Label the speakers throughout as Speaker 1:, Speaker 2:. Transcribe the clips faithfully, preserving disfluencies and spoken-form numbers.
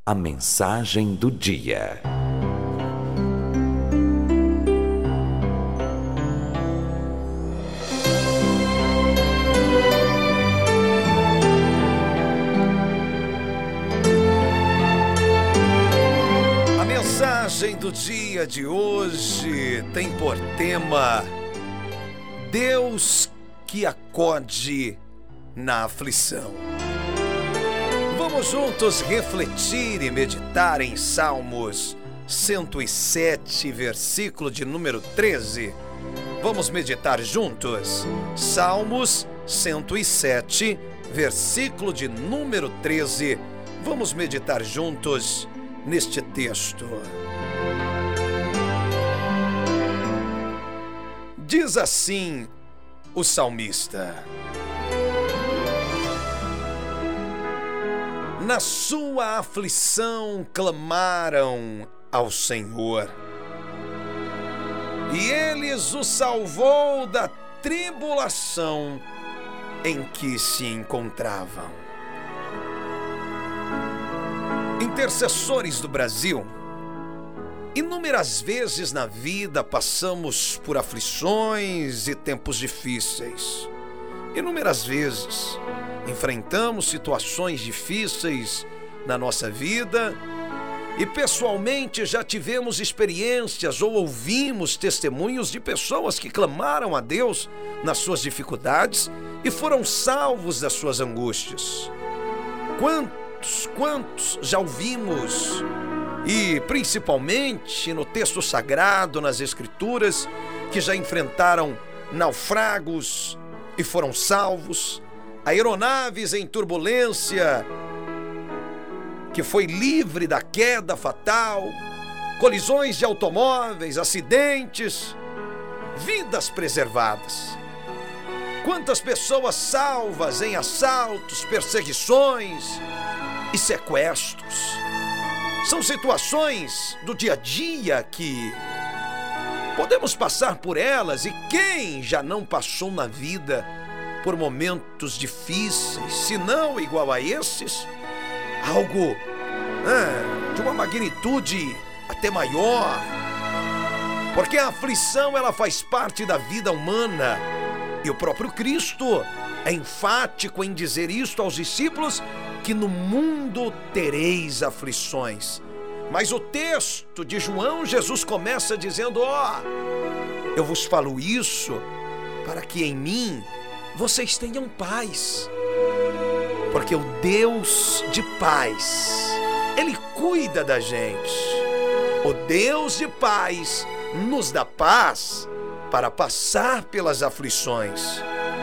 Speaker 1: A mensagem do dia.
Speaker 2: A mensagem do dia de hoje tem por tema: Deus que acode na aflição. Vamos juntos refletir e meditar em Salmos cento e sete, versículo de número treze. Vamos meditar juntos? Salmos cento e sete, versículo de número treze. Vamos meditar juntos neste texto. Diz assim o salmista: na sua aflição clamaram ao Senhor, e Ele os salvou da tribulação em que se encontravam. Intercessores do Brasil, inúmeras vezes na vida passamos por aflições e tempos difíceis. Inúmeras vezes enfrentamos situações difíceis na nossa vida e pessoalmente já tivemos experiências ou ouvimos testemunhos de pessoas que clamaram a Deus nas suas dificuldades e foram salvos das suas angústias. Quantos, quantos já ouvimos, e principalmente no texto sagrado, nas Escrituras, que já enfrentaram naufragos e foram salvos, aeronaves em turbulência, que foi livre da queda fatal, colisões de automóveis, acidentes, vidas preservadas. Quantas pessoas salvas em assaltos, perseguições e sequestros. São situações do dia a dia que podemos passar por elas, e quem já não passou na vida por momentos difíceis, se não igual a esses, algo ah, de uma magnitude até maior, porque a aflição ela faz parte da vida humana, e o próprio Cristo é enfático em dizer isto aos discípulos, que no mundo tereis aflições. Mas o texto de João, Jesus começa dizendo: ó, oh, eu vos falo isso para que em mim vocês tenham paz, porque o Deus de paz, Ele cuida da gente. O Deus de paz nos dá paz para passar pelas aflições.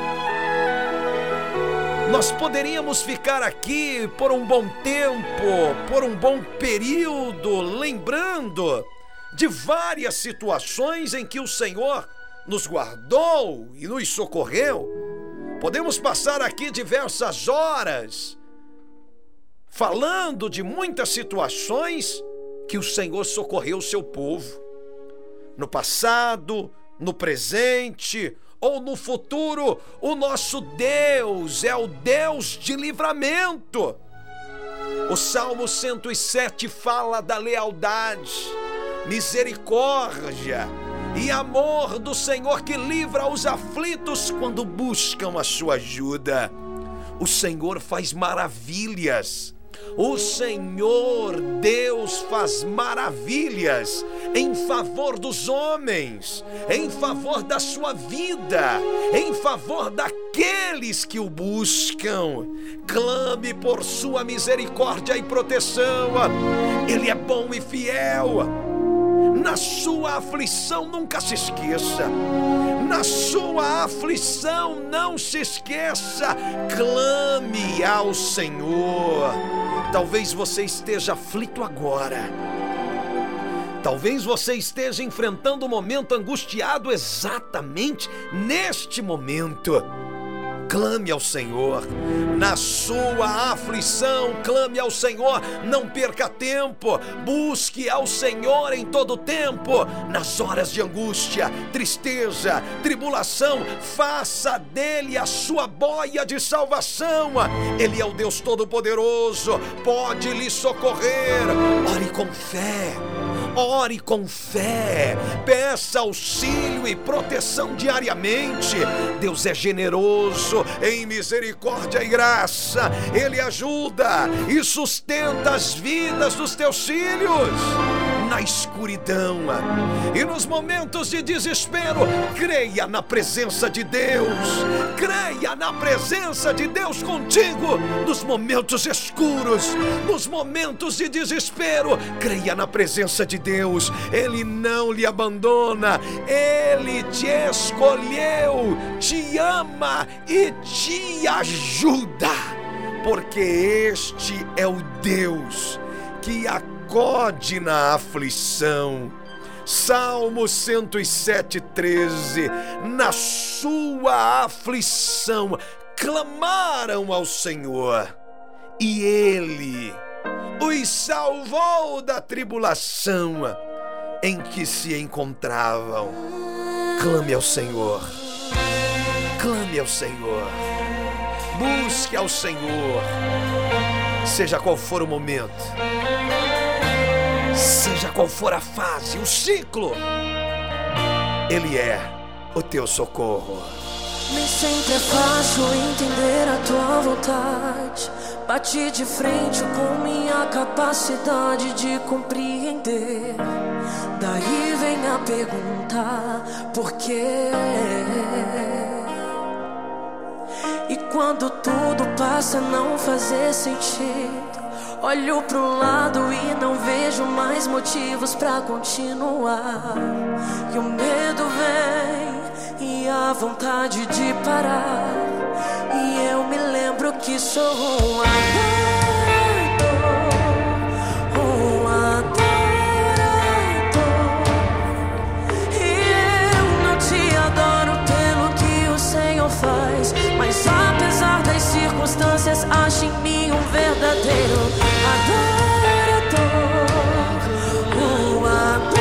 Speaker 2: Nós poderíamos ficar aqui por um bom tempo, por um bom período, lembrando de várias situações em que o Senhor nos guardou e nos socorreu. Podemos passar aqui diversas horas falando de muitas situações que o Senhor socorreu o seu povo, no passado, no presente ou no futuro. O nosso Deus é o Deus de livramento. O Salmo cento e sete fala da lealdade, misericórdia e amor do Senhor, que livra os aflitos quando buscam a sua ajuda. O Senhor faz maravilhas. O Senhor Deus faz maravilhas em favor dos homens, em favor da sua vida, em favor daqueles que o buscam. Clame por sua misericórdia e proteção. Ele é bom e fiel. Na sua aflição, nunca se esqueça. Na sua aflição, não se esqueça. Clame ao Senhor. Talvez você esteja aflito agora. Talvez você esteja enfrentando um momento angustiado exatamente neste momento. clame ao Senhor. Na sua aflição, clame ao Senhor. Não perca tempo. Busque ao Senhor em todo tempo. Nas horas de angústia, tristeza, tribulação, faça dele a sua boia de salvação. Ele é o Deus Todo-Poderoso, pode lhe socorrer. Ore com fé. Ore com fé, peça auxílio e proteção diariamente. Deus é generoso em misericórdia e graça. Ele ajuda e sustenta as vidas dos teus filhos. Na escuridão e nos momentos de desespero, creia na presença de Deus. Creia na presença de Deus contigo. Nos momentos escuros, nos momentos de desespero, creia na presença de Deus. Ele não lhe abandona. Ele te escolheu, te ama e te ajuda. Porque este é o Deus que acode na aflição. Salmo cento e sete, treze. Na sua aflição clamaram ao Senhor, e Ele os salvou da tribulação em que se encontravam. Clame ao Senhor. Clame ao Senhor. Busque ao Senhor. Seja qual for o momento, seja qual for a fase, o ciclo, Ele é o teu socorro.
Speaker 3: Nem sempre é fácil entender a tua vontade. Bati de frente com minha capacidade de compreender. Daí vem a pergunta: por quê? E quando tudo passa a não fazer sentido, olho pro lado e não vejo mais motivos pra continuar. E o medo vem e a vontade de parar. E eu me lembro que sou um adorador, um adorador. E eu não te adoro pelo que o Senhor faz, mas apesar das circunstâncias, acho em mim um verdadeiro adorador, um adorador.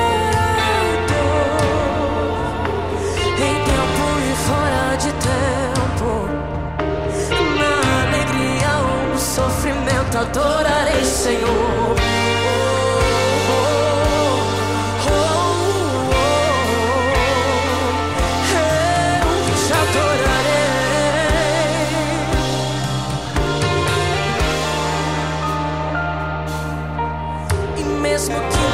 Speaker 3: Em tempo e fora de tempo, na alegria ou no sofrimento, adorarei, Senhor. Mesmo que